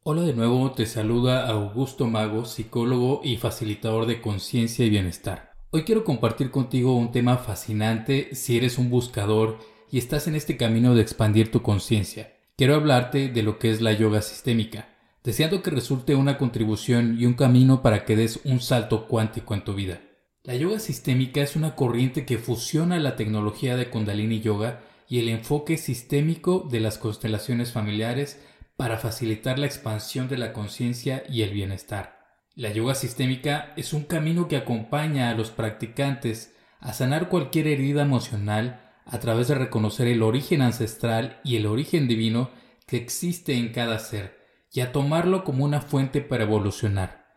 Hola de nuevo, te saluda Augusto Mago, psicólogo y facilitador de conciencia y bienestar. Hoy quiero compartir contigo un tema fascinante si eres un buscador y estás en este camino de expandir tu conciencia. Quiero hablarte de lo que es la yoga sistémica, deseando que resulte una contribución y un camino para que des un salto cuántico en tu vida. La yoga sistémica es una corriente que fusiona la tecnología de Kundalini Yoga y el enfoque sistémico de las constelaciones familiares para facilitar la expansión de la conciencia y el bienestar. La yoga sistémica es un camino que acompaña a los practicantes a sanar cualquier herida emocional a través de reconocer el origen ancestral y el origen divino que existe en cada ser y a tomarlo como una fuente para evolucionar.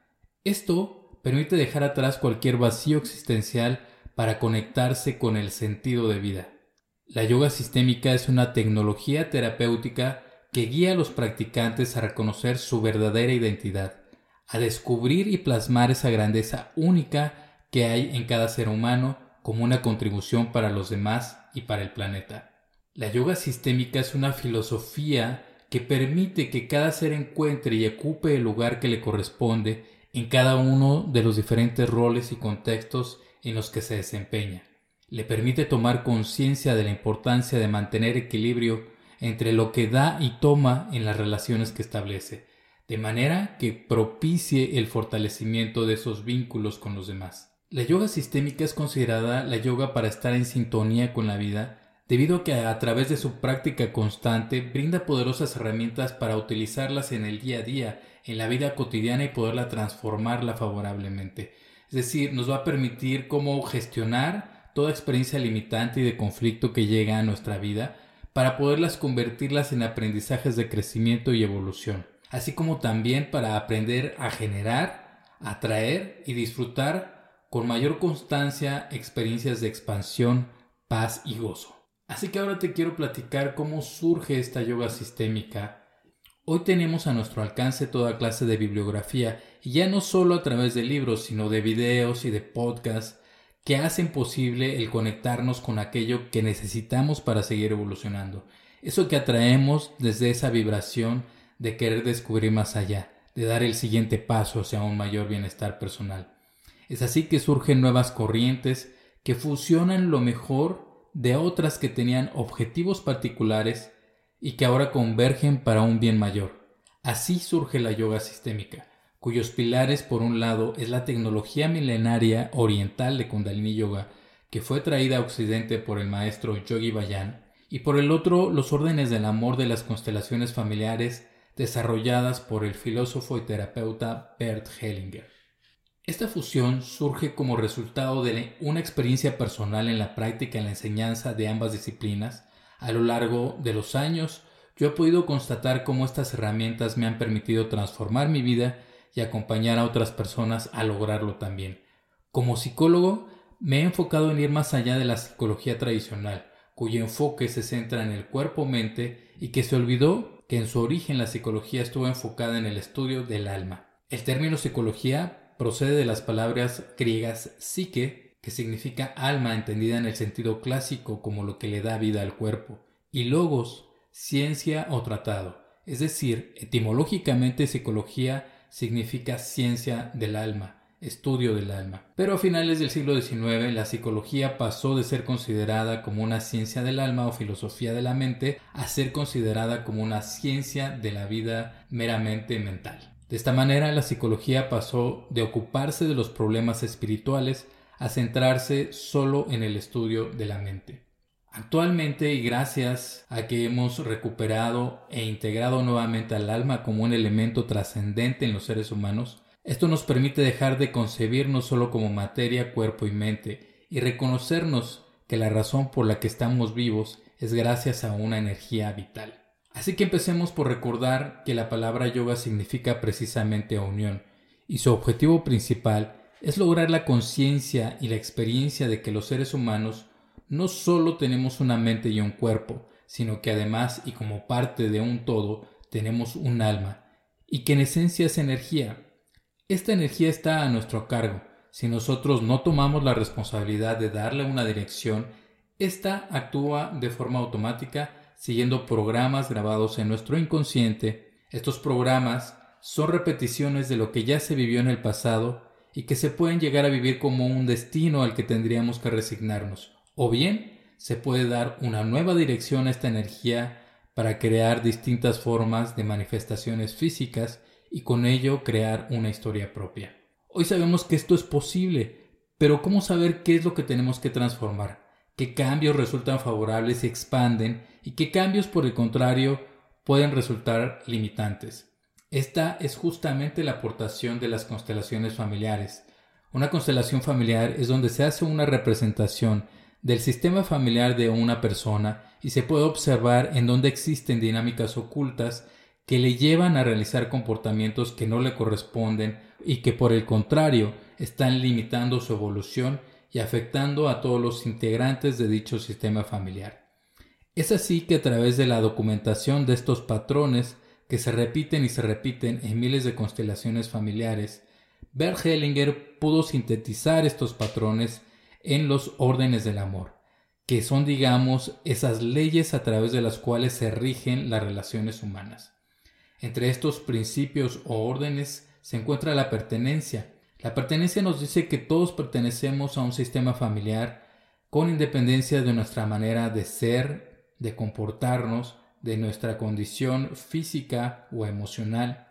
Esto permite dejar atrás cualquier vacío existencial para conectarse con el sentido de vida. La yoga sistémica es una tecnología terapéutica que guía a los practicantes a reconocer su verdadera identidad, a descubrir y plasmar esa grandeza única que hay en cada ser humano como una contribución para los demás y para el planeta. La yoga sistémica es una filosofía que permite que cada ser encuentre y ocupe el lugar que le corresponde en cada uno de los diferentes roles y contextos en los que se desempeña. Le permite tomar conciencia de la importancia de mantener equilibrio entre lo que da y toma en las relaciones que establece, de manera que propicie el fortalecimiento de esos vínculos con los demás. La yoga sistémica es considerada la yoga para estar en sintonía con la vida, debido a que a través de su práctica constante brinda poderosas herramientas para utilizarlas en el día a día, en la vida cotidiana y poderla transformarla favorablemente. Es decir, nos va a permitir cómo gestionar toda experiencia limitante y de conflicto que llega a nuestra vida, para poderlas convertirlas en aprendizajes de crecimiento y evolución, así como también para aprender a generar, atraer y disfrutar con mayor constancia experiencias de expansión, paz y gozo. Así que ahora te quiero platicar cómo surge esta yoga sistémica. Hoy tenemos a nuestro alcance toda clase de bibliografía, y ya no solo a través de libros, sino de videos y de podcasts, que hacen posible el conectarnos con aquello que necesitamos para seguir evolucionando. Eso que atraemos desde esa vibración de querer descubrir más allá, de dar el siguiente paso hacia un mayor bienestar personal. Es así que surgen nuevas corrientes que fusionan lo mejor de otras que tenían objetivos particulares y que ahora convergen para un bien mayor. Así surge la yoga sistémica, cuyos pilares por un lado es la tecnología milenaria oriental de Kundalini Yoga, que fue traída a Occidente por el maestro Yogi Bhajan, y por el otro los órdenes del amor de las constelaciones familiares desarrolladas por el filósofo y terapeuta Bert Hellinger. Esta fusión surge como resultado de una experiencia personal en la práctica y en la enseñanza de ambas disciplinas. A lo largo de los años, yo he podido constatar cómo estas herramientas me han permitido transformar mi vida y acompañar a otras personas a lograrlo también. Como psicólogo, me he enfocado en ir más allá de la psicología tradicional, cuyo enfoque se centra en el cuerpo-mente y que se olvidó que en su origen la psicología estuvo enfocada en el estudio del alma. El término psicología procede de las palabras griegas psique, que significa alma entendida en el sentido clásico como lo que le da vida al cuerpo, y logos, ciencia o tratado, es decir, etimológicamente psicología significa ciencia del alma, estudio del alma. Pero a finales del siglo XIX la psicología pasó de ser considerada como una ciencia del alma o filosofía de la mente a ser considerada como una ciencia de la vida meramente mental. De esta manera la psicología pasó de ocuparse de los problemas espirituales a centrarse solo en el estudio de la mente. Actualmente, y gracias a que hemos recuperado e integrado nuevamente al alma como un elemento trascendente en los seres humanos, esto nos permite dejar de concebirnos solo como materia, cuerpo y mente y reconocernos que la razón por la que estamos vivos es gracias a una energía vital. Así que empecemos por recordar que la palabra yoga significa precisamente unión, y su objetivo principal es lograr la conciencia y la experiencia de que los seres humanos no solo tenemos una mente y un cuerpo, sino que además y como parte de un todo tenemos un alma, y que en esencia es energía. Esta energía está a nuestro cargo. Si nosotros no tomamos la responsabilidad de darle una dirección, esta actúa de forma automática siguiendo programas grabados en nuestro inconsciente Estos programas son repeticiones de lo que ya se vivió en el pasado y que se pueden llegar a vivir como un destino al que tendríamos que resignarnos, o bien se puede dar una nueva dirección a esta energía para crear distintas formas de manifestaciones físicas y con ello crear una historia propia. Hoy sabemos que esto es posible, pero ¿cómo saber qué es lo que tenemos que transformar? ¿Qué cambios resultan favorables y expanden y qué cambios, por el contrario, pueden resultar limitantes? Esta es justamente la aportación de las constelaciones familiares. Una constelación familiar es donde se hace una representación del sistema familiar de una persona y se puede observar en dónde existen dinámicas ocultas que le llevan a realizar comportamientos que no le corresponden y que por el contrario están limitando su evolución y afectando a todos los integrantes de dicho sistema familiar. Es así que a través de la documentación de estos patrones que se repiten y se repiten en miles de constelaciones familiares, Bert Hellinger pudo sintetizar estos patrones en los órdenes del amor, que son, digamos, esas leyes a través de las cuales se rigen las relaciones humanas. Entre estos principios o órdenes se encuentra la pertenencia. La pertenencia nos dice que todos pertenecemos a un sistema familiar con independencia de nuestra manera de ser, de comportarnos, de nuestra condición física o emocional,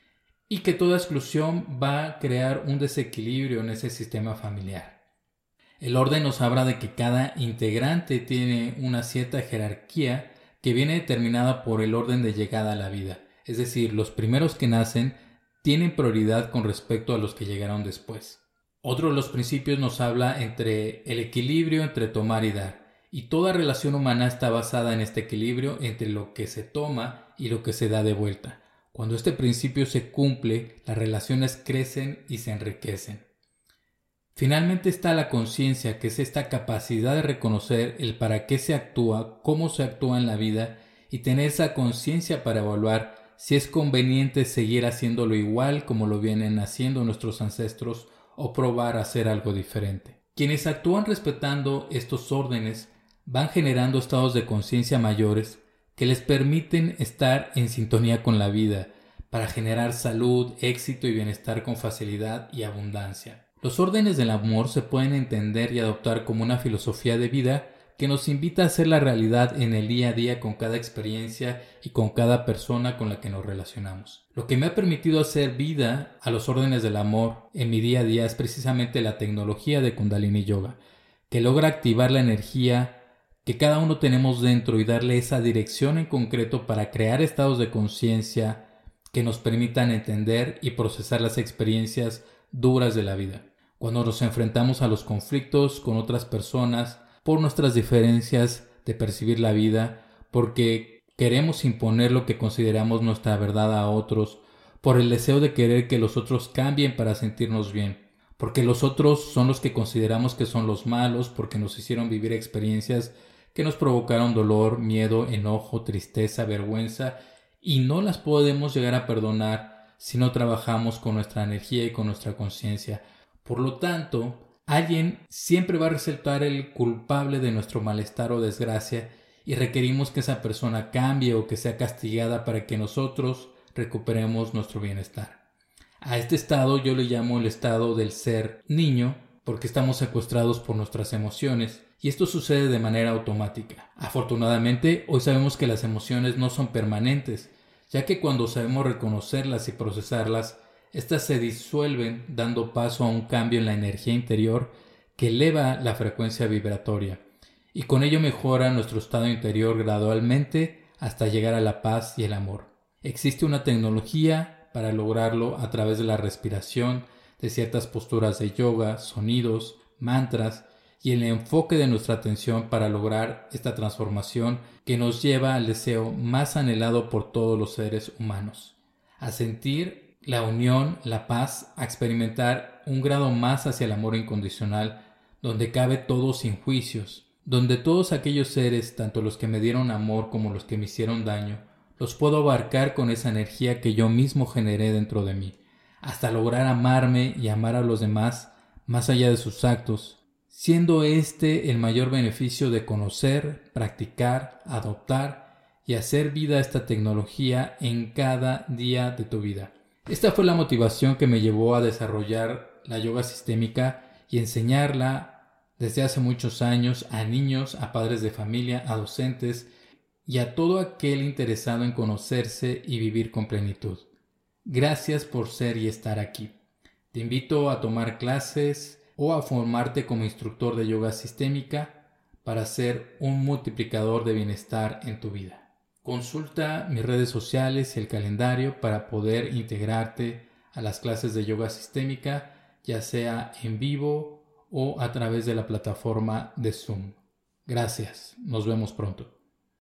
y que toda exclusión va a crear un desequilibrio en ese sistema familiar. El orden nos habla de que cada integrante tiene una cierta jerarquía que viene determinada por el orden de llegada a la vida, es decir, los primeros que nacen tienen prioridad con respecto a los que llegaron después. Otro de los principios nos habla entre el equilibrio entre tomar y dar. Y toda relación humana está basada en este equilibrio entre lo que se toma y lo que se da de vuelta. Cuando este principio se cumple, las relaciones crecen y se enriquecen. Finalmente está la conciencia, que es esta capacidad de reconocer el para qué se actúa, cómo se actúa en la vida y tener esa conciencia para evaluar si es conveniente seguir haciéndolo igual como lo vienen haciendo nuestros ancestros o probar a hacer algo diferente. Quienes actúan respetando estos órdenes van generando estados de conciencia mayores que les permiten estar en sintonía con la vida para generar salud, éxito y bienestar con facilidad y abundancia. Los órdenes del amor se pueden entender y adoptar como una filosofía de vida que nos invita a hacer la realidad en el día a día con cada experiencia y con cada persona con la que nos relacionamos. Lo que me ha permitido hacer vida a los órdenes del amor en mi día a día es precisamente la tecnología de Kundalini Yoga, que logra activar la energía que cada uno tenemos dentro y darle esa dirección en concreto para crear estados de conciencia que nos permitan entender y procesar las experiencias duras de la vida. Cuando nos enfrentamos a los conflictos con otras personas, por nuestras diferencias de percibir la vida, porque queremos imponer lo que consideramos nuestra verdad a otros, por el deseo de querer que los otros cambien para sentirnos bien, porque los otros son los que consideramos que son los malos, porque nos hicieron vivir experiencias que nos provocaron dolor, miedo, enojo, tristeza, vergüenza, y no las podemos llegar a perdonar si no trabajamos con nuestra energía y con nuestra conciencia. Por lo tanto, alguien siempre va a resultar el culpable de nuestro malestar o desgracia y requerimos que esa persona cambie o que sea castigada para que nosotros recuperemos nuestro bienestar. A este estado yo le llamo el estado del ser niño, porque estamos secuestrados por nuestras emociones y esto sucede de manera automática. Afortunadamente, hoy sabemos que las emociones no son permanentes, ya que cuando sabemos reconocerlas y procesarlas, estas se disuelven dando paso a un cambio en la energía interior que eleva la frecuencia vibratoria y con ello mejora nuestro estado interior gradualmente hasta llegar a la paz y el amor. Existe una tecnología para lograrlo a través de la respiración, de ciertas posturas de yoga, sonidos, mantras y el enfoque de nuestra atención para lograr esta transformación que nos lleva al deseo más anhelado por todos los seres humanos, a sentir la unión, la paz, a experimentar un grado más hacia el amor incondicional, donde cabe todo sin juicios, donde todos aquellos seres, tanto los que me dieron amor como los que me hicieron daño, los puedo abarcar con esa energía que yo mismo generé dentro de mí, hasta lograr amarme y amar a los demás más allá de sus actos, siendo este el mayor beneficio de conocer, practicar, adoptar y hacer vida a esta tecnología en cada día de tu vida. Esta fue la motivación que me llevó a desarrollar la yoga sistémica y enseñarla desde hace muchos años a niños, a padres de familia, a docentes y a todo aquel interesado en conocerse y vivir con plenitud. Gracias por ser y estar aquí. Te invito a tomar clases o a formarte como instructor de yoga sistémica para ser un multiplicador de bienestar en tu vida. Consulta mis redes sociales y el calendario para poder integrarte a las clases de yoga sistémica, ya sea en vivo o a través de la plataforma de Zoom. Gracias, nos vemos pronto.